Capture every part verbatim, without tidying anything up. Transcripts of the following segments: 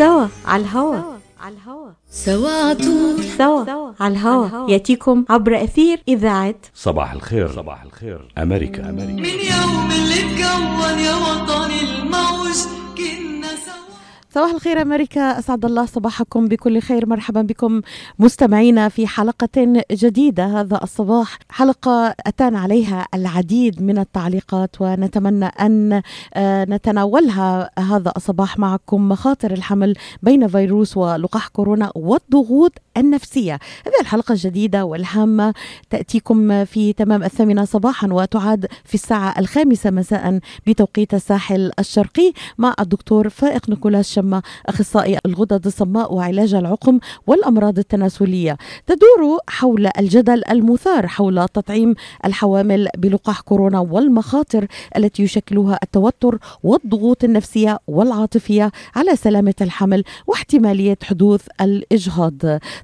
سوا على الهوا على الهوا سوا عطول سوا على الهوا ياتيكم عبر أثير إذاعة صباح الخير. صباح الخير أمريكا. أمريكا من يوم اللي اتكون يا وطني الموج كنا سوا. صباح الخير أمريكا، أسعد الله صباحكم بكل خير. مرحبا بكم مستمعينا في حلقة جديدة هذا الصباح، حلقة أتانا عليها العديد من التعليقات ونتمنى أن نتناولها هذا الصباح معكم. مخاطر الحمل بين فيروس ولقاح كورونا والضغوط النفسية. هذه الحلقة الجديدة والهامة تأتيكم في تمام الثامنة صباحا وتعاد في الساعة الخامسة مساء بتوقيت الساحل الشرقي مع الدكتور فائق نيكولاس شمة، أخصائي الغدد الصماء وعلاج العقم والأمراض التناسلية. تدور حول الجدل المثار حول تطعيم الحوامل بلقاح كورونا والمخاطر التي يشكلها التوتر والضغوط النفسية والعاطفية على سلامة الحمل واحتمالية حدوث الإجهاض.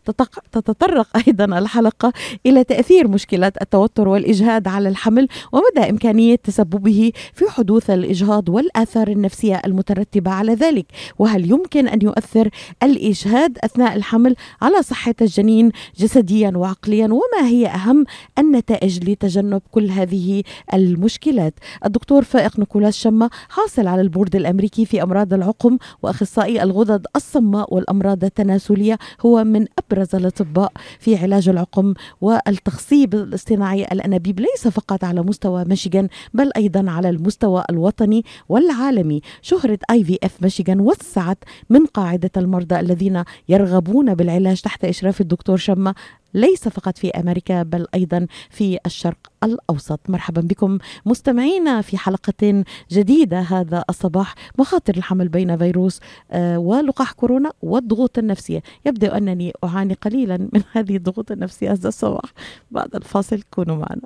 تتطرق أيضا الحلقة إلى تأثير مشكلة التوتر والإجهاد على الحمل ومدى إمكانية تسببه في حدوث الإجهاض والآثار النفسية المترتبة على ذلك، وهل يمكن أن يؤثر الإجهاد أثناء الحمل على صحة الجنين جسديا وعقليا، وما هي أهم النتائج لتجنب كل هذه المشكلات. الدكتور فائق نيكولاس شمة حاصل على البورد الأمريكي في أمراض العقم وأخصائي الغدد الصماء والأمراض التناسلية، هو من أبرز الأطباء في علاج العقم والتخصيب الاصطناعي الأنابيب ليس فقط على مستوى ميشيغان بل أيضا على المستوى الوطني والعالمي. شهرة آي في إف ميشيغان وسعت من قاعدة المرضى الذين يرغبون بالعلاج تحت إشراف الدكتور شمة ليس فقط في أمريكا بل أيضا في الشرق الأوسط. مرحبا بكم مستمعينا في حلقة جديدة هذا الصباح. مخاطر الحمل بين فيروس آه ولقاح كورونا والضغوط النفسية. يبدو أنني أعاني قليلا من هذه الضغوط النفسية هذا الصباح. بعد الفاصل كونوا معنا.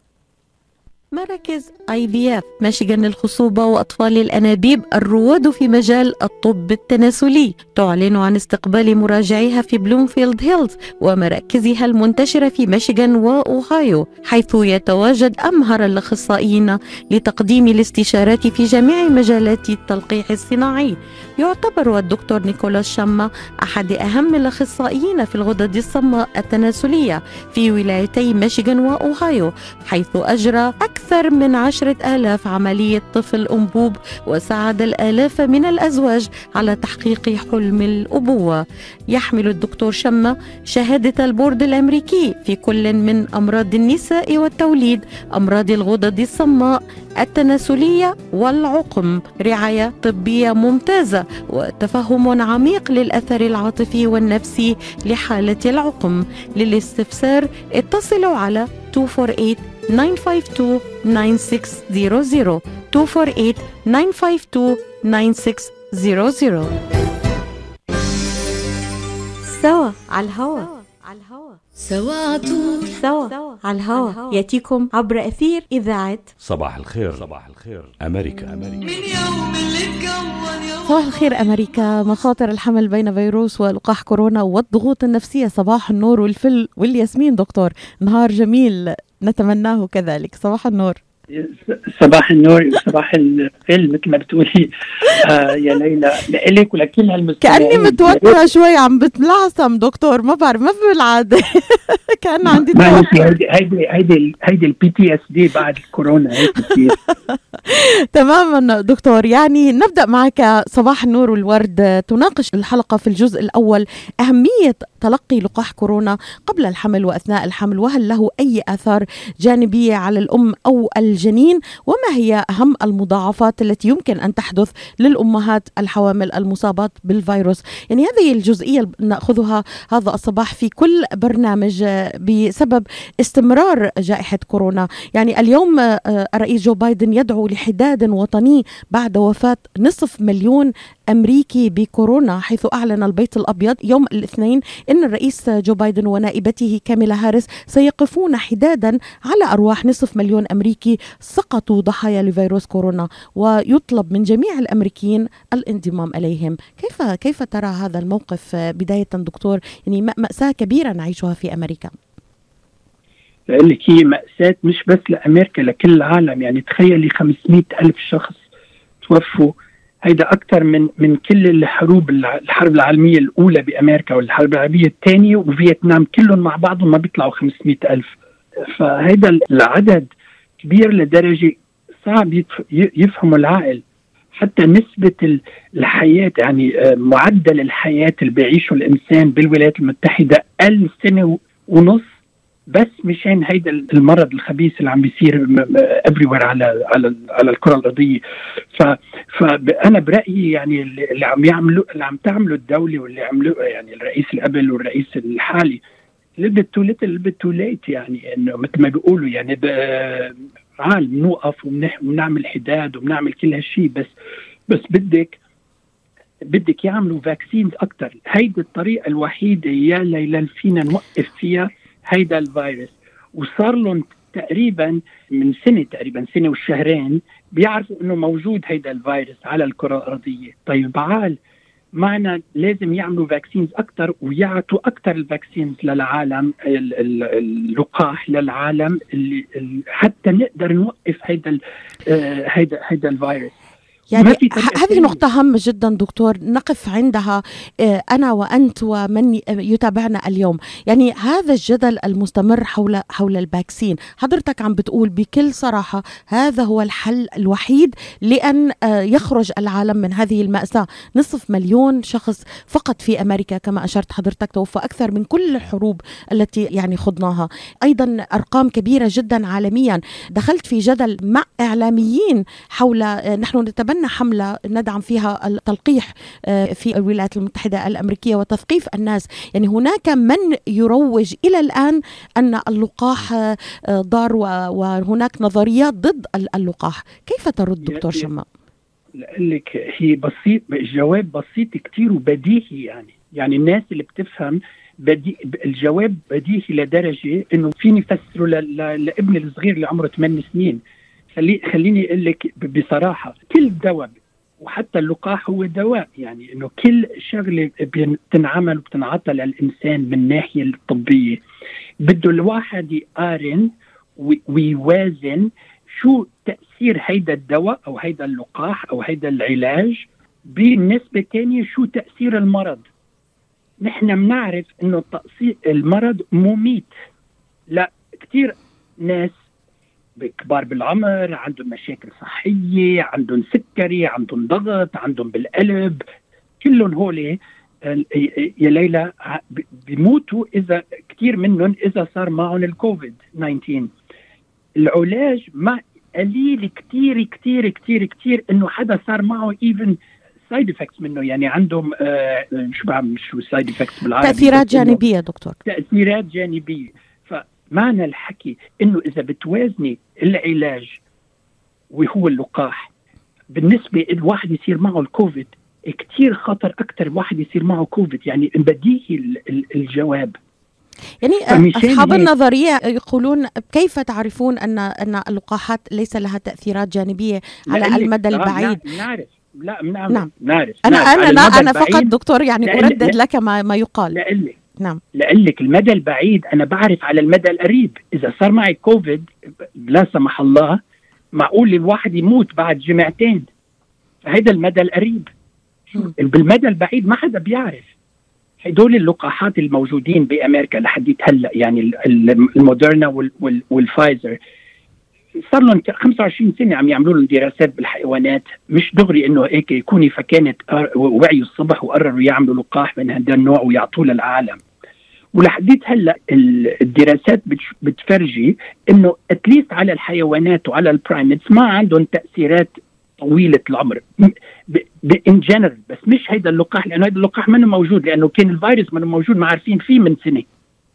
مراكز آي في إف ميشيغان للخصوبة وأطفال الأنابيب الرواد في مجال الطب التناسلي تعلن عن استقبال مراجعيها في بلومفيلد هيلز ومراكزها المنتشرة في ميشيغان وأوهايو، حيث يتواجد أمهر الأخصائيين لتقديم الاستشارات في جميع مجالات التلقيح الصناعي. يعتبر الدكتور نيكولاس شمة أحد أهم الأخصائيين في الغدد الصماء التناسلية في ولايتي ميشيغان وأوهايو، حيث أجرى أكثر من عشرة آلاف عملية طفل أنبوب وساعد الآلاف من الأزواج على تحقيق حلم الأبوة. يحمل الدكتور شمة شهادة البورد الأمريكي في كل من أمراض النساء والتوليد، أمراض الغدد الصماء التناسلية والعقم، رعاية طبية ممتازة وتفهم عميق للأثر العاطفي والنفسي لحالة العقم. للاستفسار اتصلوا على two four eight nine five two nine six zero zero two four eight nine five two nine six zero zero. سوا على الهوا على الهوا سوا عطول سوا على الهوا ياتيكم عبر أثير إذاعة صباح الخير. صباح الخير أمريكا. أمريكا من يوم اللي اتكون يا صباح الخير أمريكا. مخاطر الحمل بين فيروس ولقاح كورونا والضغوط النفسية. صباح النور والفل والياسمين دكتور، نهار جميل نتمناه كذلك. صباح النور. صباح النور وصباح الفيلم مثل ما بتقولي. آه يا ليلى لك ولكل هالمستمعين. كأني متوترة شوي عم بتلعثم دكتور، ما بعرف ما بالعادة. كأن عندي توتر. هيدي هيدي هيدي هيدي البي تي اس دي بعد الكورونا هيك كثير. تماما دكتور. يعني نبدأ معك صباح النور والورد. تناقش الحلقة في الجزء الأول أهمية تلقي لقاح كورونا قبل الحمل وأثناء الحمل، وهل له أي آثار جانبية على الأم أو الجنين، وما هي أهم المضاعفات التي يمكن أن تحدث للأمهات الحوامل المصابات بالفيروس. يعني هذه الجزئية نأخذها هذا الصباح في كل برنامج بسبب استمرار جائحة كورونا. يعني اليوم الرئيس جو بايدن يدعو لحداد وطني بعد وفاة نصف مليون أمريكي بكورونا، حيث أعلن البيت الأبيض يوم الاثنين أن الرئيس جو بايدن ونائبته كاميلا هاريس سيقفون حدادا على أرواح نصف مليون أمريكي سقطوا ضحايا لفيروس كورونا، ويطلب من جميع الأمريكيين الانضمام إليهم. كيف كيف ترى هذا الموقف بداية دكتور؟ يعني مأساة كبيرة نعيشها في أمريكا. بقول لك هي مأساة مش بس لأمريكا، لكل العالم. يعني تخيلي خمسمائة ألف شخص توفوا هيدا أكثر من من كل الحروب الحرب العالمية الأولى بأمريكا والحرب العالمية الثانية وفيتنام كلهم مع بعضهم ما بيطلعوا خمسمائة ألف. فهيدا العدد كبير لدرجة صعب يفهموا العقل. حتى نسبة الحياة يعني معدل الحياة اللي بيعيشه الإنسان بالولايات المتحدة قل سنة ونص بس مشان هيدا المرض الخبيث اللي عم بيصير everywhere على على على الكرة الأرضية. ف فأنا برأيي يعني اللي عم يعملوا اللي عم تعمله الدولة واللي عملوه يعني الرئيس اللي قبل والرئيس الحالي little too little little too late، يعني إنه مثل ما بيقولوا يعني عال نوقف ونعمل حداد وبنعمل كل هالشيء، بس بس بدك بدك يعملوا فاكسينز أكتر. هيدي الطريقة الوحيدة يا ليلى فينا نوقف فيها هيدا الفيروس. وصار لهم تقريبا من سنة تقريبا سنة والشهرين بيعرفوا انه موجود هيدا الفيروس على الكرة الأرضية. طيب عال معنا لازم يعملوا فاكسينز أكتر ويعطوا أكتر الفاكسينز للعالم، اللقاح للعالم اللي حتى نقدر نوقف هيدا هيدا هيدا الفيروس. يعني هذه نقطة هامة جدا دكتور نقف عندها أنا وأنت ومن يتابعنا اليوم. يعني هذا الجدل المستمر حول حول الفاكسين، حضرتك عم بتقول بكل صراحة هذا هو الحل الوحيد لأن يخرج العالم من هذه المأساة. نصف مليون شخص فقط في أمريكا كما أشرت حضرتك توفى، أكثر من كل الحروب التي يعني خضناها. أيضا أرقام كبيرة جدا عالميا. دخلت في جدل مع إعلاميين حول نحن نتبنى حملة ندعم فيها التلقيح في الولايات المتحدة الأمريكية وتثقيف الناس. يعني هناك من يروج إلى الآن أن اللقاح ضار وهناك نظريات ضد اللقاح. كيف ترد دكتور شماء؟ لك هي بسيط، الجواب بسيط كتير وبديهي. يعني يعني الناس اللي بتفهم بدي الجواب بديهي لدرجة إنه فيني فسره لابن الصغير اللي عمره ثمان سنين. خلي خليني أقول لك بصراحة كل دواء وحتى اللقاح هو دواء، يعني إنه كل شغلة بتنعمل وبتنعطى للإنسان من الناحية الطبية بده الواحد يقارن ويوازن شو تأثير هيدا الدواء أو هيدا اللقاح أو هيدا العلاج بالنسبة تانية شو تأثير المرض. نحن بنعرف إنه تأثير المرض مميت. لا كتير ناس كبار بالعمر عندهم مشاكل صحية، عندهم سكري، عندهم ضغط، عندهم بالقلب، كلهم هولي يا ليلى بيموتوا إذا كتير منهم إذا صار معهم الكوفيد تسعة عشر. العلاج ما قليل كتير كتير كتير كتير إنه حدا صار معه even side effects منه، يعني عندهم آه شو بعمل شو side effects بالعربي، تأثيرات جانبية دكتور. تأثيرات جانبية. معنى الحكي إنه إذا بتوازني العلاج وهو اللقاح بالنسبة الواحد يصير معه الكوفيد كتير خطر أكتر واحد يصير معه كوفيد. يعني بديهي الجواب. يعني أصحاب النظرية يقولون كيف تعرفون أن أن اللقاحات ليس لها تأثيرات جانبية على المدى البعيد؟ نعرف لا نعرف نعم. نعرف أنا أنا أنا فقط دكتور يعني أردد لك ما ما يقال. لأقلك نعم لأقلك المدى البعيد أنا بعرف على المدى القريب. إذا صار معي كوفيد لا سمح الله معقول الواحد يموت بعد جمعتين، فهذا المدى القريب. بالمدى البعيد ما حدا بيعرف. هدول اللقاحات الموجودين بأمريكا لحد هلا يعني الموديرنا والفايزر صار لهم خمسة وعشرين سنة عم يعملوا لهم دراسات بالحيوانات، مش دغري إنه هيك يكوني فكانت وعيوا الصبح وقرروا يعملوا لقاح من هذا النوع ويعطوه للعالم. ولحديت هلا الدراسات بتفرجي إنه اتليست على الحيوانات وعلى البرايميتس ما عندهم تأثيرات طويلة العمر in general، بس مش هيدا اللقاح لأنه هيدا اللقاح منه موجود لأنه كان الفيروس منه موجود ما عارفين فيه من سنة.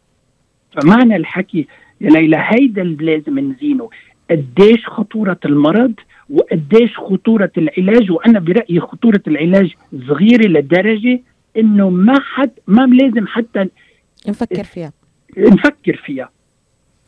فمعنى الحكي يا ليلى هيدا اللي لازم نزينه، قديش خطورة المرض وقديش خطورة العلاج. وأنا برأيي خطورة العلاج صغيرة لدرجة إنه ما حد ما لازم حتى نفكر فيها نفكر فيها.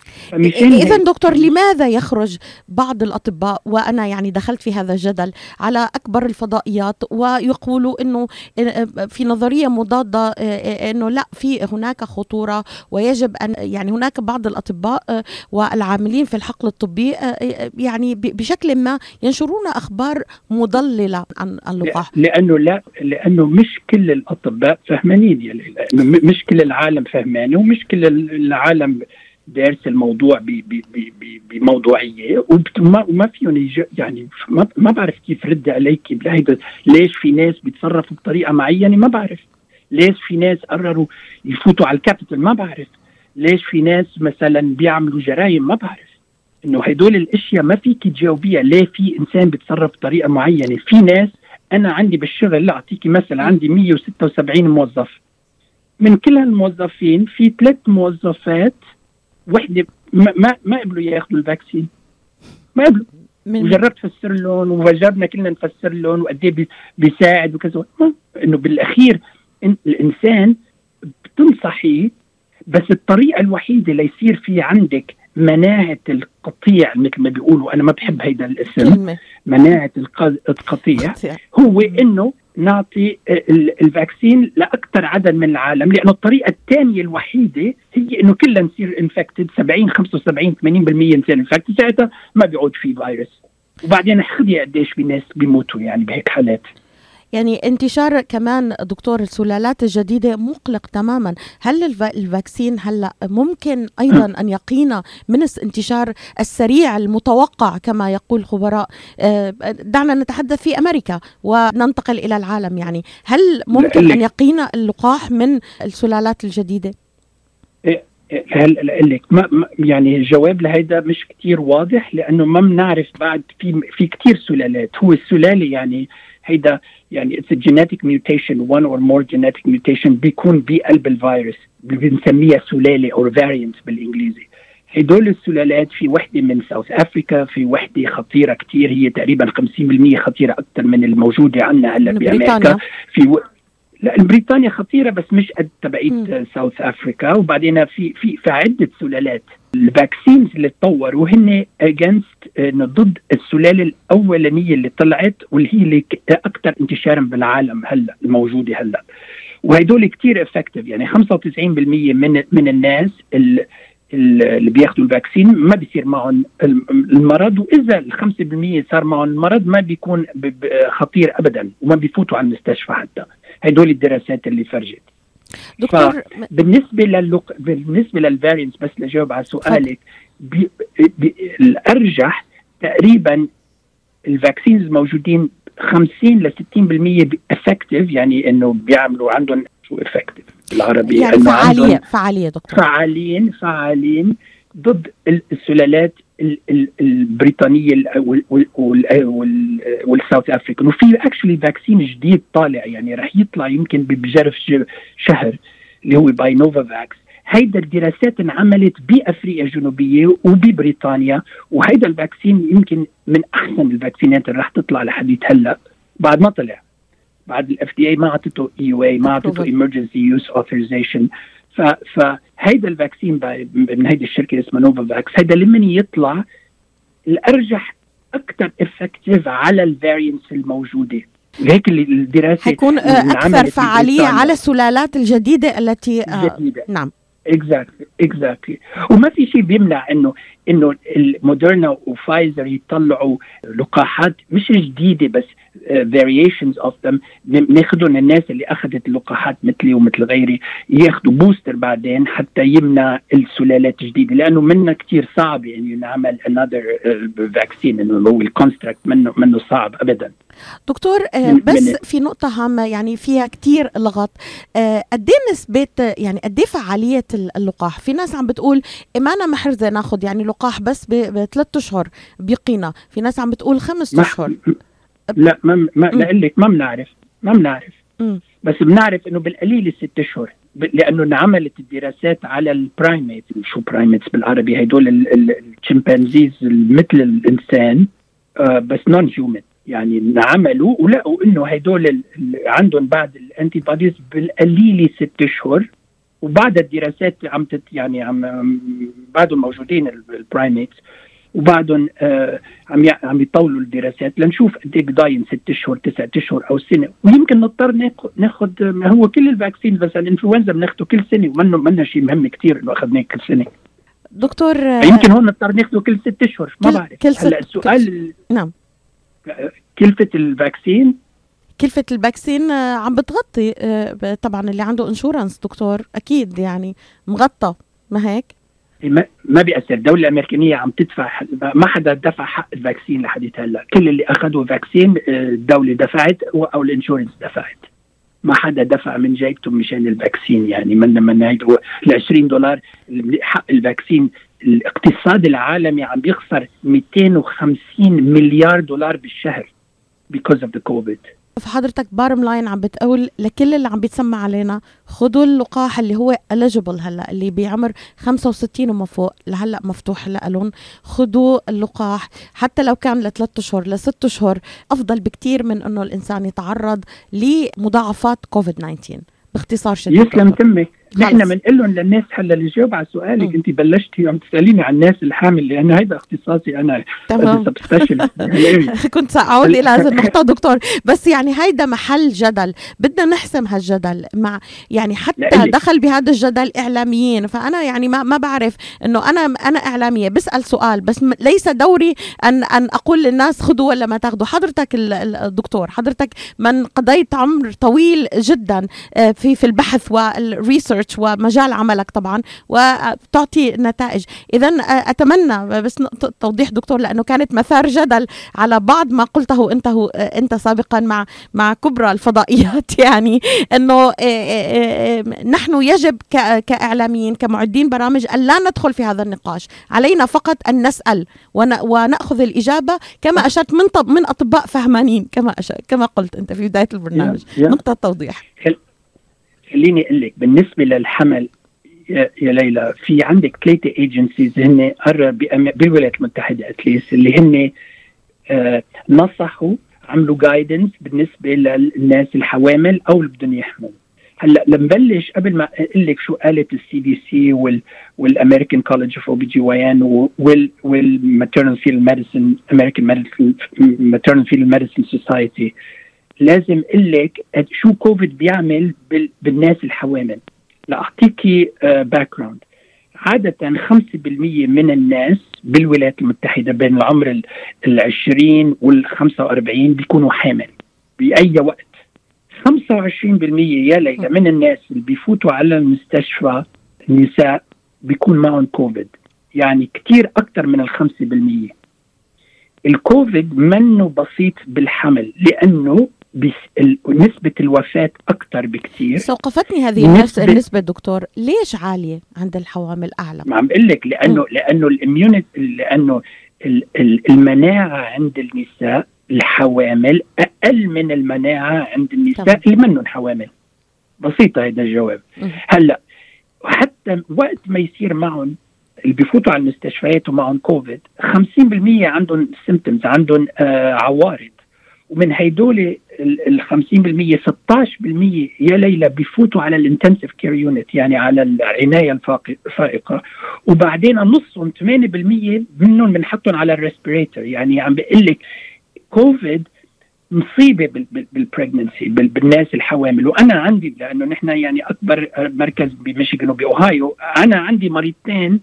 إذا دكتور، لماذا يخرج بعض الأطباء، وأنا يعني دخلت في هذا الجدل، على أكبر الفضائيات ويقولوا أنه في نظرية مضادة أنه لا، في هناك خطورة ويجب أن يعني هناك بعض الأطباء والعاملين في الحقل الطبي يعني بشكل ما ينشرون أخبار مضللة عن اللقاح؟ لأنه لا لأنه مش كل الأطباء فهمانين، يعني مش كل العالم فهماني، ومش كل العالم دارس الموضوع بموضوعية، وما وما فيهم يعني ما, ما بعرف كيف رد عليك بهيدا. ليش في ناس بيتصرفوا بطريقة معينة؟ ما بعرف. ليش في ناس قرروا يفوتوا على الكابيتال؟ ما بعرف. ليش في ناس مثلا بيعملوا جرائم؟ ما بعرف. انه هدول الاشياء ما فيك تجاوبيها. ليه في انسان بيتصرف بطريقة معينة؟ في ناس، انا عندي بالشغل، لا اعطيكي مثلا، عندي مية وستة وسبعين موظف، من كل هالموظفين في ثلاث موظفات وحده ما ما ما قبلوا ياخذوا الفاكسين، ما قبلوا. وجربت افسر لهم، وجربنا كلنا نفسر لهم وقد ايه بيساعد وكذا. انه بالاخير الانسان بتنصحيه، بس الطريقه الوحيده ليصير في عندك مناعه القطيع، مثل ما بيقولوا، انا ما بحب هيدا الاسم، مناعه القطيع، هو انه نعطي الفاكسين لأكثر عدد من العالم. لأنه الطريقة الثانية الوحيدة هي إنه كلنا نصير انفكتد، سبعين خمسة وسبعين ثمانين بالمية نصير انفكتد، ساعتها ما بيعود في فيروس، وبعدين خذي قديش في ناس بيموتوا يعني بهيك حالات. يعني انتشار كمان دكتور السلالات الجديدة مقلق تماما. هل الفاكسين هلأ ممكن أيضا أن يقينا من انتشار السريع المتوقع كما يقول خبراء؟ دعنا نتحدث في أمريكا وننتقل إلى العالم. يعني هل ممكن أن يقينا اللقاح من السلالات الجديدة؟ هل لك ما يعني الجواب لهيدا مش كتير واضح، لأنه ما بنعرف بعد. في في كتير سلالات. هو السلالة يعني هيدا يعني it's a genetic mutation, one or more genetic mutation بيكون بقلب الفيروس، بنسميها سلالة أو variant بالإنجليزي. هدول السلالات، في وحدة من ساوث أفريقيا، في وحدة خطيرة كتير، هي تقريبا خمسين بالمية خطيرة أكتر من الموجودة عندنا هلا بأمريكا. في و... لا، بريطانيا خطيرة بس مش قد تبعية ساوث أفريقيا. وبعدين في في في عدة سلالات. الفاكسينز اللي تطوروا هن against ضد السلالة الأولانية اللي طلعت، واللي هي اللي أكثر انتشارا بالعالم هلا الموجودة هلا. وهدول كتير effective، يعني خمسة وتسعين بالمية من من الناس اللي اللي بياخدوا الفاكسين ما بيصير معهم المرض، وإذا الخمسة بالمية صار معهم المرض ما بيكون خطير أبدا، وما بيفوتوا على المستشفى حتى. هدول الدراسات اللي فرجت. دكتور، بالنسبة للق... بالنسبة للفارينس، بس لجاوب على سؤالك، بي... بي... الأرجح تقريبا الفاكسينز موجودين خمسين لستين بالمية effective، يعني إنه بيعملوا عندهم شو effective بالعربي، يعني فعالية فعالية دكتور فعالين فعالين ضد السلالات البريطانية والساوث أفريقيا. وفي اكشلي فاكسين جديد طالع، يعني رح يطلع يمكن بجرف شهر، اللي هو باي نوفا فاكس. هيدا الدراسات انعملت بأفريقيا الجنوبية وببريطانيا، وهيدا الفاكسين يمكن من أحسن الفاكسينات اللي رح تطلع لحديث هلا، بعد ما طلع، بعد الاف دي اي ما عطته اي يو اي، ما عطته emergency use authorization. فهيدا الفاكسين من هيدا الشركة اسمها نوفا فاكس، هيدا لمن يطلع الأرجح أكثر effective على الفارينس الموجودة. هيك الدراسة هيكون أكثر فعالية على السلالات الجديدة التي الجديدة. آه نعم exactly exactly. وما في شيء بيمنع انه انه الموديرنا وفايزر يطلعوا لقاحات مش جديده، بس uh, variations of them، ناخذهم الناس اللي اخذت اللقاحات مثلي ومثل غيري ياخذوا بوستر بعدين حتى يمنع السلالات الجديده، لانه منها كتير صعب يعني نعمل another uh, vaccine، انه هو الكونستراكت منه منه صعب ابدا. دكتور بس في نقطة هامة يعني فيها كتير لغط، قد ايه نسبة يعني قد ايه فعالية اللقاح؟ في ناس عم بتقول ما أنا محرزة ناخد يعني لقاح بس بثلاث أشهر بيقينا، في ناس عم بتقول خمس أشهر. لا ما ما لقلك ما بنعرف ما بنعرف بس بنعرف إنه بالقليل ست أشهر، لأنه انعملت الدراسات على البرايميت. شو برايميتس بالعربي؟ هيدول الشمبانزيز مثل الإنسان بس نون هيومن، يعني عملوا ولقوا انه هدول عندهم بعد الانتي بوديز بالقليل ست اشهر وبعد الدراسات عم تت يعني عم بعدهم موجودين البرايميتس، وبعدهم آه عم عم يطولوا الدراسات لنشوف قد ايه بضاين ست اشهر تسعة اشهر او سنه، ويمكن نضطر ناخذ. ما هو كل الفاكسين بس الانفلونزا بناخده كل سنه، ومنه منه شيء مهم كتير انه اخذناه كل سنه. دكتور يمكن هون نضطر ناخده كل ست اشهر، ما بعرف. هلا السؤال كل... نعم كلفة الفاكسين كلفة الفاكسين عم بتغطي طبعا اللي عنده انشورنس دكتور، اكيد يعني مغطى، ما هيك؟ ما بيأثر. الدولة الأمريكانية عم تدفع، ما حدا دفع حق الفاكسين لحد هلا. كل اللي أخذوا فاكسين الدولة دفعت أو الانشورنس دفعت، ما حدا دفع من جيبته مشان الفاكسين. يعني من من هيدو العشرين دولار حق الفاكسين. الاقتصاد العالمي عم بيخسر مئتين وخمسين مليار دولار بالشهر because of the COVID. فحضرتك بارم لاين عم بتقول لكل اللي عم بيتسمع علينا خدوا اللقاح اللي هو eligible هلا، اللي بعمر خمسة وستين وما فوق لهلا مفتوح لهم، خدوا اللقاح حتى لو كان لثلاث اشهر لست اشهر، افضل بكتير من انه الانسان يتعرض لمضاعفات كوفيد تسعة عشر. باختصار شديد يسلم تمك. نحن بنقول لهم للناس هلا اللي جاوب على سؤالك، انت بلشتي عم تساليني عن الناس الحامل، لانه هيدا اختصاصي انا. تمام. كنت سأعود الى هذه النقطه دكتور، بس يعني هيدا محل جدل، بدنا نحسم هالجدل مع يعني حتى دخل بهذا الجدل اعلاميين. فانا يعني ما ما بعرف انه انا انا اعلاميه بسال سؤال، بس ليس دوري ان ان اقول للناس خذوا ولا ما تاخذوا. حضرتك الدكتور، حضرتك من قضيت عمر طويل جدا في في البحث والريسيرش ومجال عملك طبعا، وتعطي نتائج. إذا أتمنى بس توضيح دكتور، لأنه كانت مثار جدل على بعض ما قلته أنت أنت سابقا مع مع كبرى الفضائيات، يعني أنه نحن يجب كإعلاميين كمعدين برامج أن لا ندخل في هذا النقاش، علينا فقط أن نسأل ونأخذ الإجابة كما أشرت من طب من أطباء فهمانين، كما كما قلت أنت في بداية البرنامج. نقطة توضيح. خليني أقول لك بالنسبة للحمل يا, يا ليلى، في عندك ثلاثة ايجنسيز هن بالولايات المتحدة اتليس اللي هن آه نصحوا، عملوا جايدنس بالنسبة للناس الحوامل أو اللي بدهم يحملوا. هلا لنبلش قبل ما أقول لك شو قالت السي دي سي وال والأمريكان كولج اوف أو بي جي واي إن وال والماترنال فيتال ميديسن أمريكان ماترنال فيتال ميديسن سوسايتي. لازم اقول لك شو كوفيد بيعمل بالناس الحوامل. لاعطيكي باك جراوند. عاده خمسة بالمئة من الناس بالولايات المتحده بين العمر العشرين والخمسة وأربعين بيكونوا حامل باي وقت. خمسة وعشرين بالمئة يا ليلى من الناس اللي بيفوتوا على المستشفى النساء بيكون معهم كوفيد، يعني كتير اكثر من الخمسة بالمئة. الكوفيد منه بسيط بالحمل، لانه نسبة الوفاة أكثر بكتير. استوقفتني هذه نسبة النسبة دكتور، ليش عالية عند الحوامل أعلى؟ ما عم بقول لك لأنه م. لأنه الإميونيت لأنه المناعة عند النساء الحوامل أقل من المناعة عند النساء طبعا. اللي منهم حوامل. بسيطة هذا الجواب. م. هلا حتى وقت ما يصير معهم اللي بيفوتوا على المستشفيات ومعهم كوفيد، خمسين بالمئة عندهم سيمبتومز، عندهم آه عوارض، ومن هيدول ال خمسين بالمئة ستة عشر بالمئة يا ليلى بيفوتوا على الانتنسيف كير يونت، يعني على العنايه الفائقه، وبعدين نصهم ثمانية بالمئة منهم بنحطهم على الريسبيريتور. يعني عم بقول لك كوفيد مصيبه بالبريجننسي بالناس الحوامل. وانا عندي، لانه نحن يعني اكبر مركز بميشيغان وباوهايو، انا عندي مريضتين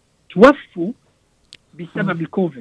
توفوا بسبب الكوفيد.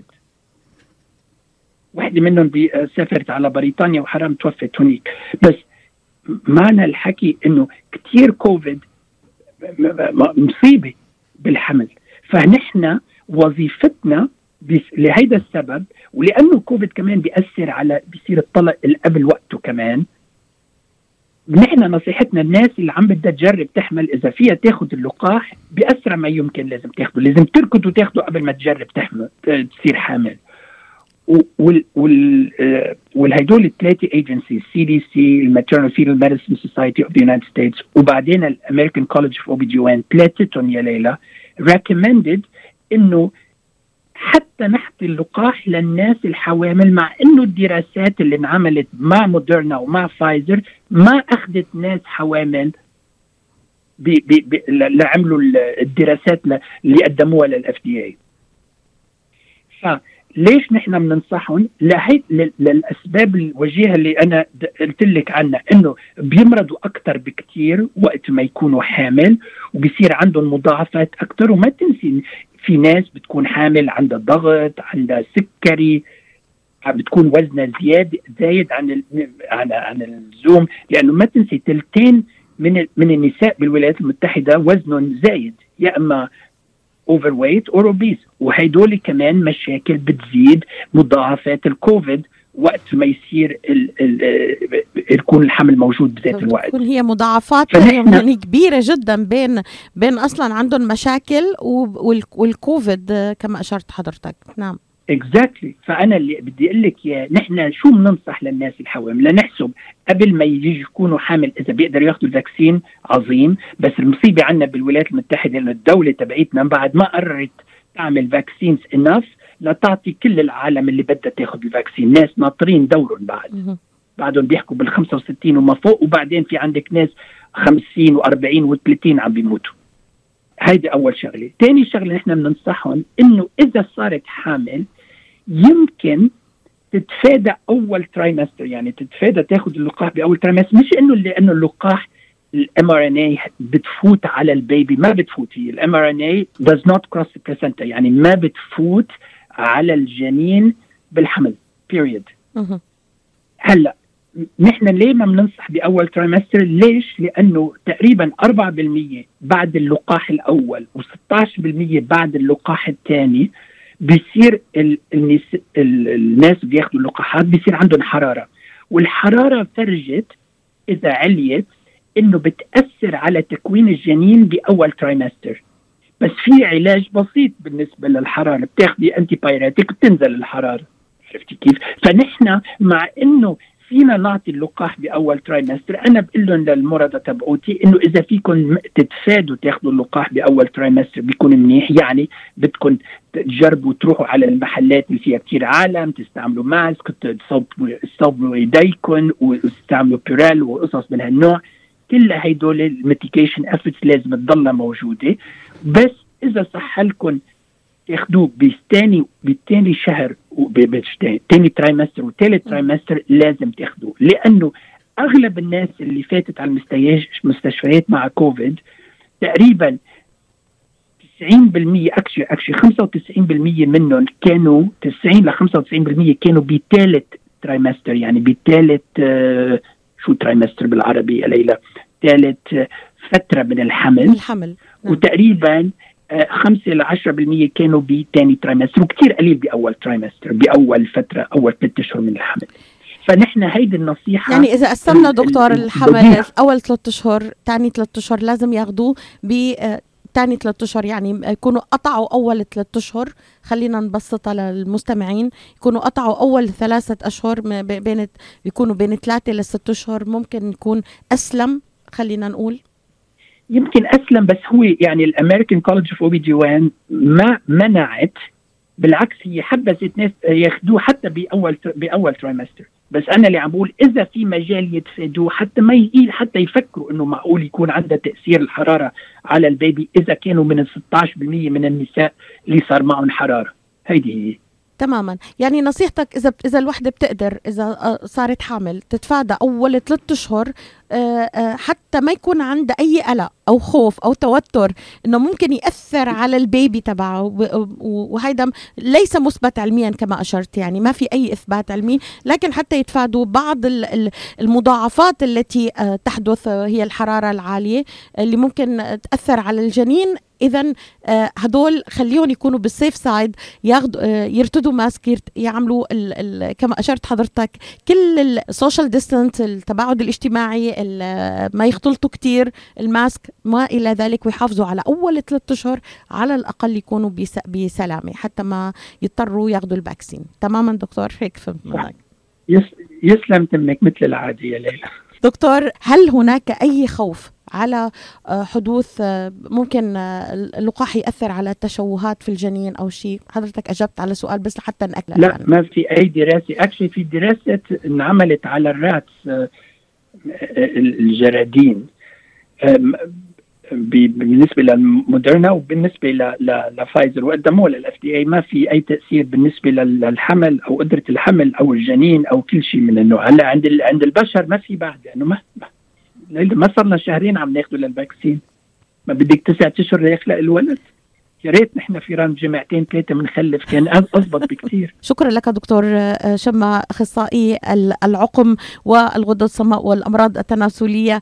واحدة منهم سافرت على بريطانيا وحرام توفت هناك. بس معنى الحكي انه كتير كوفيد مصيبة بالحمل. فنحن وظيفتنا لهيدا السبب، ولأنه كوفيد كمان بيأثر على بيصير الطلق قبل وقته كمان، نحن نصيحتنا الناس اللي عم بدها تجرب تحمل إذا فيها تاخد اللقاح بأسرع ما يمكن لازم تاخده، لازم تركض وتاخده قبل ما تجرب تحمل تصير حامل. وال وال والهيدول الثلاثه ايجنسيز سي دي سي، الماترنال فيتال ميديسن سوسايتي اوف ذا يونايتد ستيتس، وبعدين الامريكان كولج اوف او بي جي وان، ثلاثتهم يا ليلى ريكومندد انه حتى نحط اللقاح للناس الحوامل، مع انه الدراسات اللي انعملت مع موديرنا ومع فايزر ما اخذت ناس حوامل بي بي بي لعملوا الدراسات اللي قدموها للاف دي اي. فليش نحن بننصحهم؟ لهي للاسباب الوجيهه اللي انا قلت لك عنها، انه بيمرضوا اكثر بكثير وقت ما يكونوا حامل، وبيصير عندهم مضاعفات اكثر. وما تنسي في ناس بتكون حامل عندها ضغط، عندها سكري، بتكون وزنها زياده زايد عن عن عن اللزوم، لانه ما تنسي ثلثين من من النساء بالولايات المتحده وزنهم زايد، يا اما اوفر ويت او اوبيس، وهيدول كمان مشاكل بتزيد مضاعفات الكوفيد وقت ما يصير ال ال يكون الحمل موجود بذات الوقت. تكون هي مضاعفات يعني كبيره جدا بين بين اصلا عندهم مشاكل والكوفيد كما اشرت حضرتك. نعم اكزاكتلي exactly. فانا اللي بدي اقول لك يا نحن شو بننصح للناس الحوامل، لنحسب قبل ما يجي يكونوا حامل اذا بيقدروا ياخذوا الفاكسين عظيم. بس المصيبه عندنا بالولايات المتحده انه الدوله تبعيتنا بعد ما قررت تعمل فاكسينز انف لتعطي كل العالم اللي بدها تاخذ الفاكسين. ناس ناطرين دورهم بعد بعدهم بيحكوا بالخمسة وستين وما فوق، وبعدين في عندك ناس خمسين وأربعين وثلاثين عم بيموتوا. هيدي اول شغله. ثاني شغله نحن بننصحهم انه اذا صارت حامل يمكن تتفادى اول ترايمستر، يعني تتفادى تاخذ اللقاح باول ترايمستر. مش انه لانه اللقاح الام ار ان اي بتفوت على البيبي، ما بتفوت. هي الام ار ان اي does not cross the placenta، يعني ما بتفوت على الجنين بالحمل period. هلا نحن ليه ما بننصح باول ترايمستر؟ ليش؟ لانه تقريبا أربعة بالمية بعد اللقاح الاول و16% بعد اللقاح الثاني بيصير الناس الناس بياخذوا اللقاحات بيصير عندهم حراره، والحراره فرجت اذا عليت انه بتاثر على تكوين الجنين باول ترايمستر. بس في علاج بسيط بالنسبه للحراره، بتاخذي انتي بايريتيك بتنزل الحراره. عرفتي كيف؟ فنحن مع انه فينا نعطي اللقاح باول ترايمستر، انا بقول لهم للمرضى تبعوتي انه اذا فيكم تتفادوا تاخذوا اللقاح باول ترايمستر بيكون منيح. يعني بدكم تجربوا تروحوا على المحلات اللي فيها كثير عالم، تستعملوا ماسك، تصوبوا ايديكم وتستعملوا بيرال وقصص من هالنوع. كل هيدول الميتيكيشن افورتس لازم تضلها موجوده. بس اذا صح لكم تاخذوه بالثاني بالثاني شهر وبالثاني ترايمستر وثالث ترايمستر لازم تاخذوه، لانه اغلب الناس اللي فاتت على المستشفيات مع كوفيد تقريبا تسعين بالمية اكشلي اكشلي خمسة وتسعين بالمية منهم كانوا تسعين ل خمسة وتسعين بالمية كانوا بثالث ترايمستر، يعني بثالث آه شو ترايمستر بالعربي يا ليلى؟ ثالث آه فتره من الحمل الحمل نعم. وتقريبا خمسة إلى عشرة بالمية كانوا بثاني ترايمستر، وكتير قليل بأول ترايمستر بأول فترة أول ثلاثة أشهر من الحمل. فنحن هيدي النصيحة، يعني إذا قسمنا دكتور الحمل أول ثلاثة أشهر ثاني ثلاثة أشهر لازم ياخدوه بثاني ثلاثة أشهر، يعني يكونوا قطعوا أول ثلاثة أشهر. خلينا نبسطها للمستمعين، يكونوا قطعوا أول ثلاثة أشهر بين يكونوا بين ثلاثة لستة أشهر، ممكن يكون أسلم. خلينا نقول يمكن أسلم، بس هو يعني الأمريكان كولج اوف أو بي جي وان ما منعت، بالعكس هي حبست ناس ياخدوه حتى بأول بأول ترايمستر. بس أنا اللي عم بقول إذا في مجال يتفادوه حتى ما يقيل، حتى يفكروا إنه معقول يكون عنده تأثير الحرارة على البيبي إذا كانوا من ستة عشر بالمية من النساء اللي صار معهم حرارة. هيدي هي تماما. يعني نصيحتك إذا إذا الوحدة بتقدر إذا صارت حامل تتفادى أول ثلاثة أشهر حتى ما يكون عنده أي قلق أو خوف أو توتر إنه ممكن يأثر على البيبي تبعه، وهيدا ليس مثبت علميا كما أشرت، يعني ما في أي إثبات علمي، لكن حتى يتفادوا بعض المضاعفات التي تحدث، هي الحرارة العالية اللي ممكن تأثر على الجنين. إذن هدول خليهم يكونوا بالسيف سايد، ياخدوا يرتدوا ماسك، يعملوا ال ال كما أشرت حضرتك كل السوشيال ديستانس، التباعد الاجتماعي، ما يختلطوا كتير، الماسك ما إلى ذلك، ويحافظوا على أول ثلاثة أشهر على الأقل يكونوا بسلامة حتى ما يضطروا ياخدوا الفاكسين. تماما دكتور، هيك فهمت منك. يسلم تمك مثل العادة يا ليلى. دكتور، هل هناك أي خوف على حدوث ممكن اللقاح يأثر على التشوهات في الجنين أو شيء؟ حضرتك أجبت على سؤال بس لحتى نأكد. لا، ما في أي دراسة. أكشلي في دراسة انعملت على الراتس الجرادين، بالنسبه للموديرنا وبالنسبه لفايزر وقدموه للاف دي اي ما في اي تاثير بالنسبه للحمل او قدره الحمل او الجنين او كل شيء من النوع. هلا عند عند البشر ما في بعد، لانه ما ما صرنا شهرين عم ناخذه للفاكسين، ما بدك تسعة اشهر ليخلق الولد. يا ريت نحن في رام جماعتين ثلاثه بنخلف، كان اضبط بكثير. شكرا لك دكتور شمة، اخصائي العقم والغدد الصماء والامراض التناسليه.